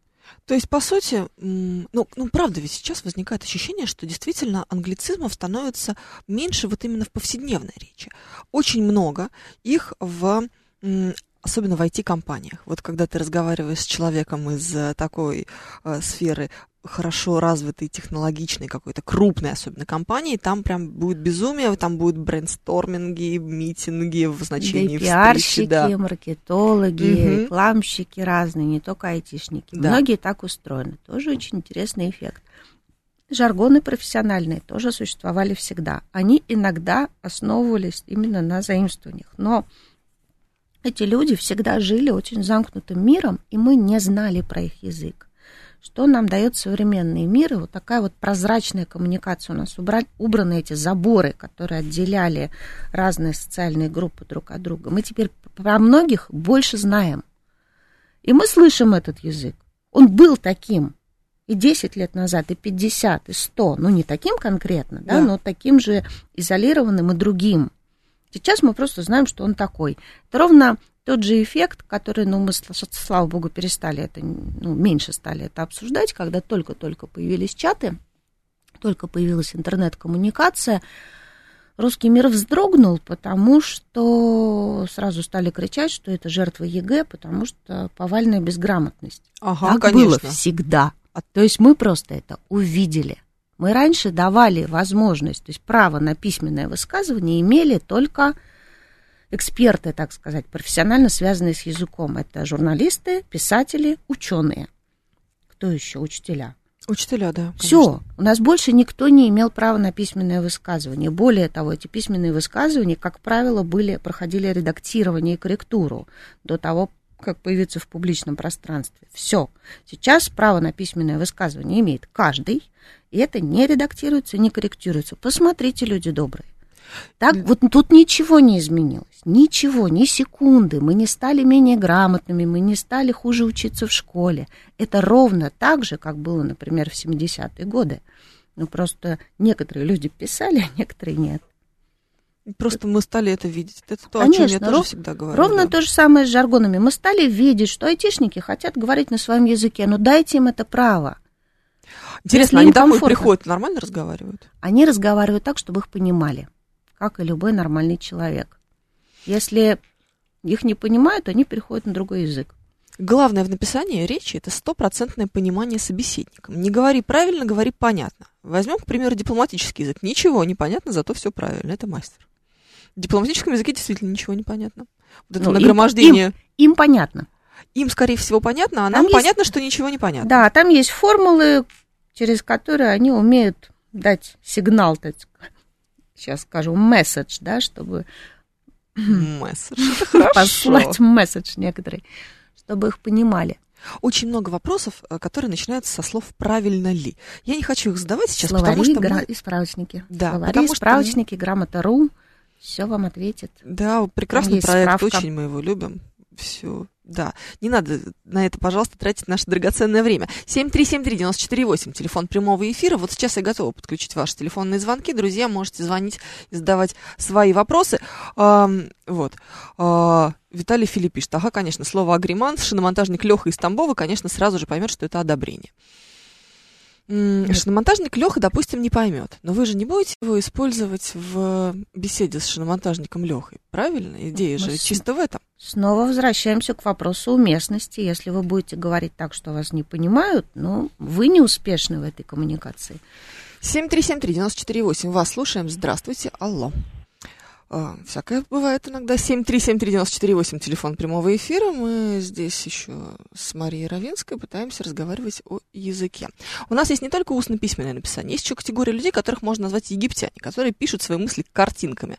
То есть, по сути, ну, ну, правда, ведь сейчас возникает ощущение, что действительно англицизмов становится меньше вот именно в повседневной речи. Очень много их в, особенно в ай ти-компаниях. Вот когда ты разговариваешь с человеком из такой э, сферы хорошо развитой, технологичной, какой-то крупной особенно компании, там прям будет безумие, там будут брейнсторминги, митинги в значении встречи. Да, пиарщики, да. маркетологи, Угу. рекламщики разные, не только айтишники. Да. Многие так устроены. Тоже очень интересный эффект. Жаргоны профессиональные тоже существовали всегда. Они иногда основывались именно на заимствованиях. Но эти люди всегда жили очень замкнутым миром, и мы не знали про их язык. Что нам дает современный мир, и вот такая вот прозрачная коммуникация. У нас убрали, убраны эти заборы, которые отделяли разные социальные группы друг от друга. Мы теперь про многих больше знаем. И мы слышим этот язык. Он был таким и десять лет назад, и пятьдесят, и сто. Ну, не таким конкретно, да, Да. но таким же изолированным и другим. Сейчас мы просто знаем, что он такой. Это ровно тот же эффект, который, ну, мы, слава богу, перестали это, ну, меньше стали это обсуждать, когда только-только появились чаты, только появилась интернет-коммуникация, русский мир вздрогнул, потому что сразу стали кричать, что это жертва ЕГЭ, потому что повальная безграмотность. Ага, так конечно. было всегда. То есть мы просто это увидели. Мы раньше давали возможность, то есть право на письменное высказывание имели только эксперты, так сказать, профессионально связанные с языком. Это журналисты, писатели, ученые. Кто еще? Учителя. Учителя, да. Все. У нас больше никто не имел права на письменное высказывание. Более того, эти письменные высказывания, как правило, были, проходили редактирование и корректуру до того, как появиться в публичном пространстве. Все. Сейчас право на письменное высказывание имеет каждый, и это не редактируется, не корректируется. Посмотрите, люди добрые. Так, вот тут ничего не изменилось. Ничего, ни секунды. Мы не стали менее грамотными, мы не стали хуже учиться в школе. Это ровно так же, как было, например, в семидесятые годы. Ну, просто некоторые люди писали, а некоторые нет. Просто мы стали это видеть. Это то, Конечно, о чем я тоже ров, всегда говорю. Ровно да. то же самое с жаргонами. Мы стали видеть, что айтишники хотят говорить на своем языке, но дайте им это право. Интересно, Если они им домой комфортно. приходят, нормально разговаривают? Они разговаривают так, чтобы их понимали, как и любой нормальный человек. Если их не понимают, они переходят на другой язык. Главное в написании речи – это стопроцентное понимание собеседником. Не говори правильно, говори понятно. Возьмем, к примеру, дипломатический язык. Ничего не понятно, зато все правильно. Это мастер. В дипломатическом языке действительно ничего не понятно. Вот это Ну, нагромождение. Им, им, им понятно. Им, скорее всего, понятно, а Там нам есть- понятно, что ничего не понятно. Да, там есть формулы, через которые они умеют дать сигнал, так сказать, сейчас скажу, месседж, да, чтобы Месседж. Это хорошо. послать месседж некоторый, чтобы их понимали. Очень много вопросов, э, которые начинаются со слов «правильно ли?». Я не хочу их задавать сейчас, Словари потому что гра- мы... и справочники. Да, Словари, потому что справочники, грамота.ру, все вам ответит. Да, прекрасный есть проект, справка. очень мы его любим. Все, да. Не надо на это, пожалуйста, тратить наше драгоценное время. семь три семь три девять четыре восемь, телефон прямого эфира. Вот сейчас я готова подключить ваши телефонные звонки. Друзья, можете звонить и задавать свои вопросы. А, вот. А, Виталий Филипп пишет. Ага, конечно, слово «агримант». Шиномонтажник Леха из Тамбова, конечно, сразу же поймет, что это одобрение. М, Шиномонтажник Леха, допустим, не поймет. Но вы же не будете его использовать в беседе с шиномонтажником Лехой, правильно? Идея Мы же с- чисто в этом. Снова возвращаемся к вопросу уместности. Если вы будете говорить так, что вас не понимают, ну, вы не успешны в этой коммуникации. семь три семь три девять четыре восемь. Вас слушаем. Здравствуйте. Алло. А, всякое бывает иногда. семь три семь три девять четыре восемь. Телефон прямого эфира. Мы здесь еще с Марией Равинской пытаемся разговаривать о языке. У нас есть не только устно-письменное написание. Есть еще категория людей, которых можно назвать египтяне, которые пишут свои мысли картинками.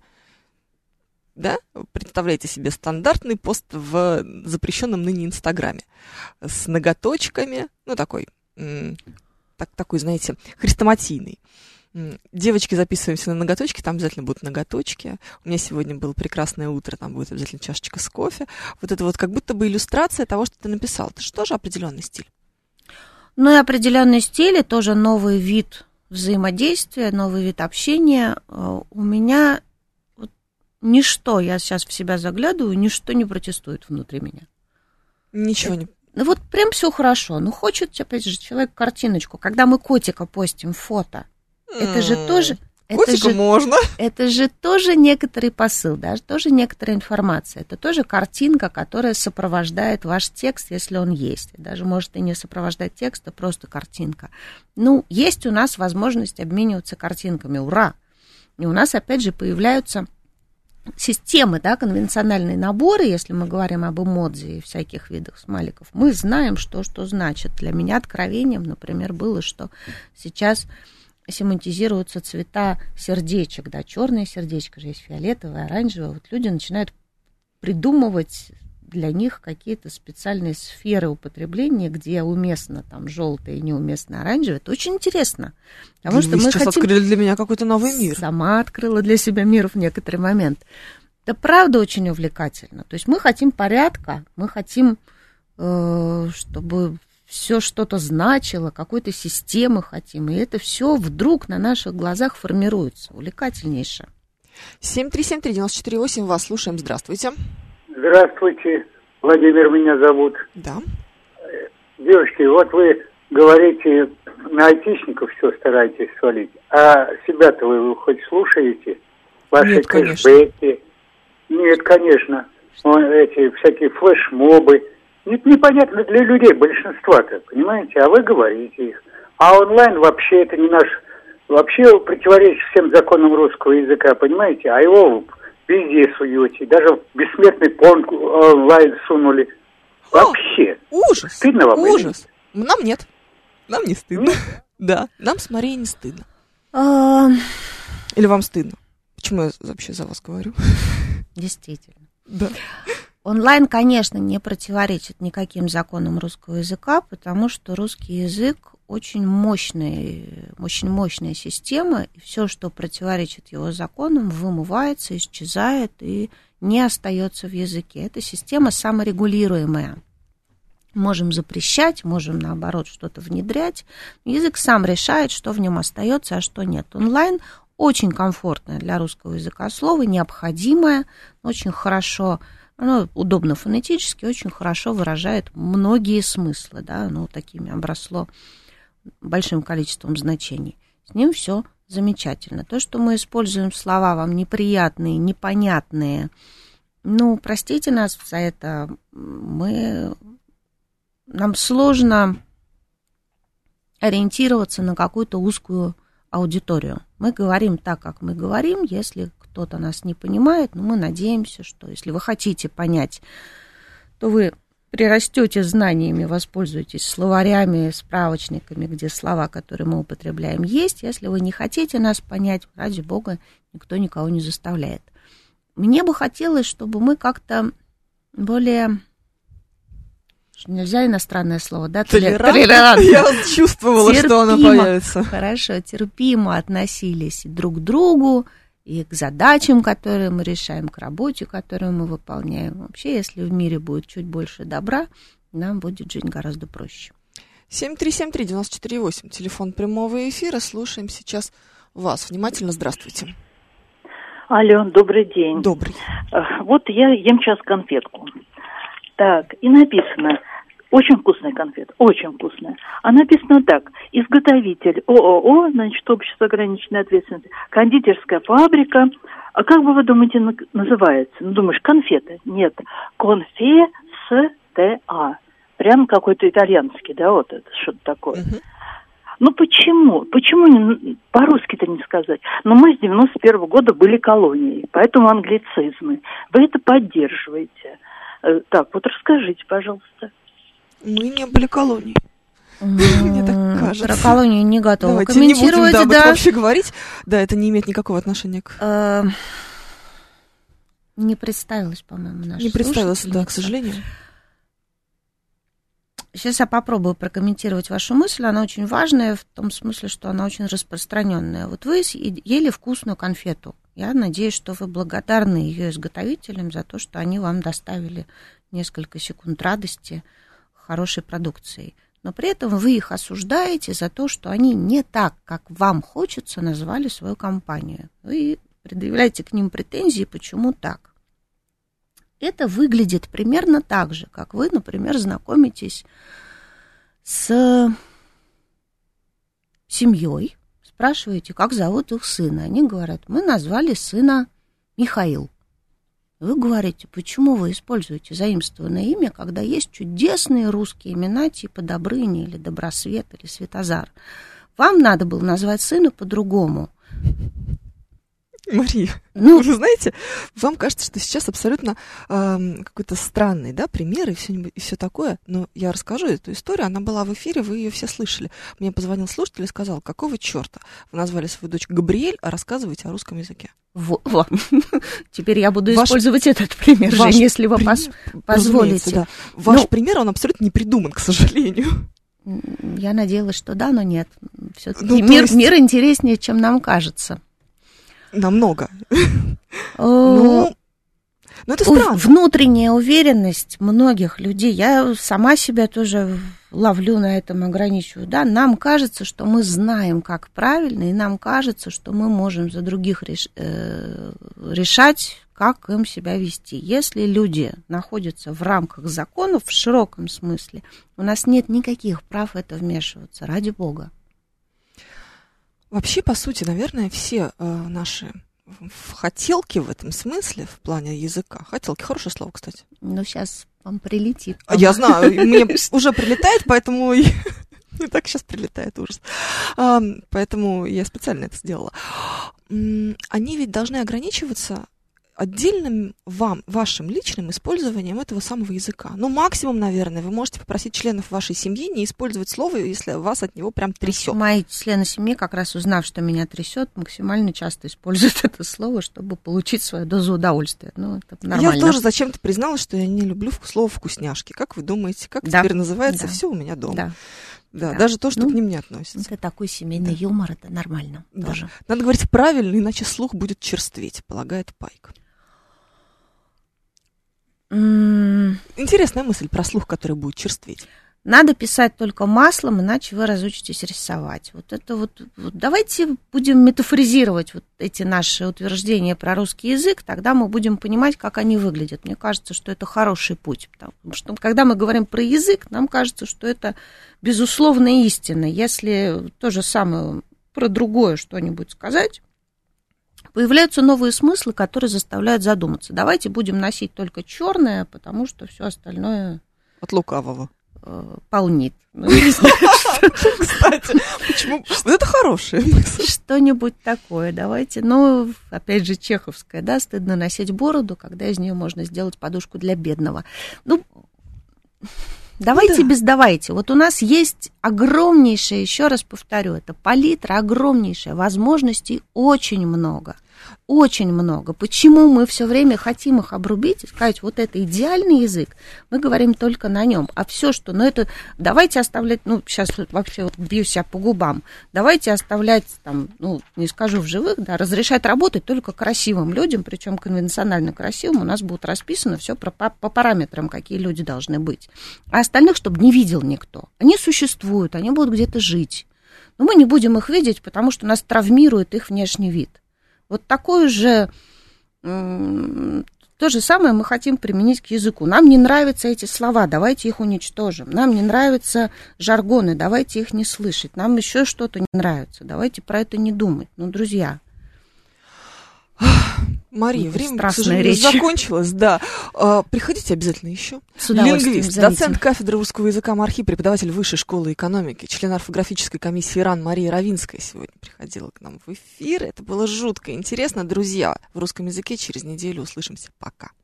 Да? Представляете себе стандартный пост в запрещенном ныне Инстаграме. С ноготочками. Ну, такой... м- так, такой, знаете, хрестоматийный. М, Девочки, записываемся на ноготочки, там обязательно будут ноготочки. У меня сегодня было прекрасное утро, там будет обязательно чашечка с кофе. Вот это вот как будто бы иллюстрация того, что ты написал. Это же тоже определенный стиль. Ну и определенный стиль, и тоже новый вид взаимодействия, новый вид общения. Э, У меня вот ничто, я сейчас в себя заглядываю, ничто не протестует внутри меня. Ничего не... Ну вот прям все хорошо. Ну хочет, опять же, человек картиночку. Когда мы котика постим, фото, это же тоже... Котика это же, можно. Это же тоже некоторый посыл, да, тоже некоторая информация. Это тоже картинка, которая сопровождает ваш текст, если он есть. Даже может и не сопровождать текст, а просто картинка. Ну, есть у нас возможность обмениваться картинками. Ура! И у нас, опять же, появляются системы, да, конвенциональные наборы, если мы говорим об эмодзи и всяких видах смайликов. Мы знаем, что что значит. Для меня откровением, например, было, что сейчас... семантизируются цвета сердечек, да, черное сердечко же есть, фиолетовое, оранжевое. Вот люди начинают придумывать для них какие-то специальные сферы употребления, где уместно там желтое и неуместно оранжевое. Это очень интересно. Потому что Вы мы сейчас хотим... открыли для меня какой-то новый мир. Сама открыла для себя мир в некоторый момент. Это правда очень увлекательно. То есть мы хотим порядка, мы хотим, э, чтобы... все что-то значило, какой-то системы хотим, и это все вдруг на наших глазах формируется. Увлекательнейше. семь три семь три девять четыре восемь, вас слушаем. Здравствуйте. Здравствуйте, Владимир меня зовут. Да. Девушки, вот вы говорите, на айтишников все стараетесь свалить, а себя-то вы, вы хоть слушаете? Ваши Нет, конечно. кэшбэки? Нет, конечно. Эти всякие флешмобы. Это непонятно для людей, большинства-то, понимаете? А вы говорите их. А онлайн вообще это не наш... Вообще противоречит всем законам русского языка, понимаете? А его везде суете. Даже в бессмертный порн онлайн сунули. Вообще. О, ужас. Стыдно вам? Ужас. Нам нет. Нам не стыдно. Да. Нам с Марией не стыдно. Или вам стыдно? Почему я вообще за вас говорю? Действительно. Да. Онлайн, конечно, не противоречит никаким законам русского языка, потому что русский язык очень мощный, очень мощная система, и все, что противоречит его законам, вымывается, исчезает и не остается в языке. Это система саморегулируемая. Можем запрещать, можем, наоборот, что-то внедрять. Язык сам решает, что в нем остается, а что нет. Онлайн очень комфортное для русского языка слово, необходимое, очень хорошо. Оно удобно фонетически, очень хорошо выражает многие смыслы, да, оно такими обросло большим количеством значений. С ним все замечательно. То, что мы используем слова вам неприятные, непонятные, ну, простите нас за это, мы, нам сложно ориентироваться на какую-то узкую аудиторию. Мы говорим так, как мы говорим, если кто-то нас не понимает, но мы надеемся, что если вы хотите понять, то вы прирастете знаниями, воспользуетесь словарями, справочниками, где слова, которые мы употребляем, есть. Если вы не хотите нас понять, ради бога, никто никого не заставляет. Мне бы хотелось, чтобы мы как-то более... Нельзя иностранное слово, да? Толерантно. Я чувствовала, терпимо, что оно появится. Хорошо, терпимо относились друг к другу и к задачам, которые мы решаем, к работе, которую мы выполняем. Вообще, если в мире будет чуть больше добра, нам будет жить гораздо проще. семь три семь три девять четыре восемь, телефон прямого эфира. Слушаем сейчас вас. Внимательно, здравствуйте. Алло, добрый день. Добрый. Вот я ем сейчас конфетку. Так, и написано, очень вкусная конфета, очень вкусная. А написано так, изготовитель ООО, значит, общество ограниченной ответственности, кондитерская фабрика. А как бы вы думаете, называется? Ну, думаешь, конфета? Нет, конфе-с-т-а. Прям какой-то итальянский, да, вот это, что-то такое. Uh-huh. Ну, почему? Почему не, по-русски-то не сказать? Но мы с девяносто первого года были колонией, поэтому англицизмы. Вы это поддерживаете. Так, вот расскажите, пожалуйста. Мы не были колонией. Мне так кажется. Про колонию не готова Давайте комментировать. Не будем, да, да. вообще говорить. Да, это не имеет никакого отношения к... Не представилась, по-моему, наша Не представилась, да, к сожалению. Сейчас я попробую прокомментировать вашу мысль. Она очень важная в том смысле, что она очень распространенная. Вот вы ели вкусную конфету. Я надеюсь, что вы благодарны ее изготовителям за то, что они вам доставили несколько секунд радости хорошей продукцией. Но при этом вы их осуждаете за то, что они не так, как вам хочется, назвали свою компанию. Вы предъявляете к ним претензии, почему так. Это выглядит примерно так же, как вы, например, знакомитесь с семьей, спрашиваете, как зовут их сына. Они говорят, мы назвали сына Михаил. Вы говорите, почему вы используете заимствованное имя, когда есть чудесные русские имена типа Добрыня или Добросвет или Светозар. Вам надо было назвать сына по-другому. Мария, ну, вы знаете, вам кажется, что сейчас абсолютно э, какой-то странный, да, пример и все, и все такое, но я расскажу эту историю, она была в эфире, вы ее все слышали. Мне позвонил слушатель и сказал, какого черта вы назвали свою дочь Габриэль, а рассказываете о русском языке? Вот. Теперь я буду ваш, использовать этот пример, Жень, если вы пос, позволите. Да. Ваш ну, пример, он абсолютно не придуман, к сожалению. Я надеялась, что да, но нет. Все-таки ну, мир, есть... мир интереснее, чем нам кажется. Намного. Ну, ну, это странно. Внутренняя уверенность многих людей, я сама себя тоже ловлю на этом, ограничиваю, да, нам кажется, что мы знаем, как правильно, и нам кажется, что мы можем за других реш... э, решать, как им себя вести. Если люди находятся в рамках законов в широком смысле, у нас нет никаких прав в это вмешиваться, ради бога. Вообще, по сути, наверное, все э, наши хотелки в этом смысле, в плане языка. Хотелки, хорошее слово, кстати. Ну, сейчас вам прилетит. Я знаю, мне уже прилетает, поэтому... Не так сейчас прилетает, ужас. Поэтому я специально это сделала. Они ведь должны ограничиваться отдельным вам, вашим личным использованием этого самого языка. Ну, максимум, наверное, вы можете попросить членов вашей семьи не использовать слово, если вас от него прям трясет. Мои члены семьи, как раз узнав, что меня трясет, максимально часто используют это слово, чтобы получить свою дозу удовольствия. Ну, это нормально. Я тоже зачем-то призналась, что я не люблю слово «вкусняшки». Как вы думаете, как да. теперь называется? Да. Все у меня дома. Да. Да, да, даже то, что ну, к ним не относится. Это такой семейный да. юмор, это нормально да. тоже. Надо говорить правильно, иначе слух будет черстветь, полагает Пайк. Mm. Интересная мысль про слух, который будет черстветь. Надо писать только маслом, иначе вы разучитесь рисовать. Вот это вот, вот. Давайте будем метафоризировать вот эти наши утверждения про русский язык, тогда мы будем понимать, как они выглядят. Мне кажется, что это хороший путь, потому что когда мы говорим про язык, нам кажется, что это безусловная истина. Если то же самое про другое что-нибудь сказать, появляются новые смыслы, которые заставляют задуматься. Давайте будем носить только черное, потому что все остальное от лукавого полнит. Кстати, почему? Это хорошая мысль. Что-нибудь такое. Давайте, ну, опять же, чеховская, да, стыдно носить бороду, когда из нее можно сделать подушку для бедного. Ну, давайте без давайте. Вот у нас есть огромнейшая, еще раз повторю, это палитра огромнейшая, возможностей очень много. Очень много. Почему мы все время хотим их обрубить и сказать, вот это идеальный язык, мы говорим только на нем. А все, что, ну это, давайте оставлять, ну сейчас вообще вот бью себя по губам, давайте оставлять, там, ну не скажу в живых, да, разрешать работать только красивым людям, причем конвенционально красивым, у нас будет расписано все по, по параметрам, какие люди должны быть. А остальных, чтобы не видел никто. Они существуют, они будут где-то жить. Но мы не будем их видеть, потому что нас травмирует их внешний вид. Вот такое же, то же самое мы хотим применить к языку. Нам не нравятся эти слова, давайте их уничтожим. Нам не нравятся жаргоны, давайте их не слышать. Нам еще что-то не нравится, давайте про это не думать. Ну, друзья... Мария, время, к сожалению, речь. закончилось, да. А, приходите обязательно еще. Лингвист, зовите. Доцент кафедры русского языка МАРХИ, преподаватель Высшей школы экономики, член орфографической комиссии РАН Мария Равинская сегодня приходила к нам в эфир. Это было жутко интересно. Друзья, в русском языке через неделю услышимся. Пока.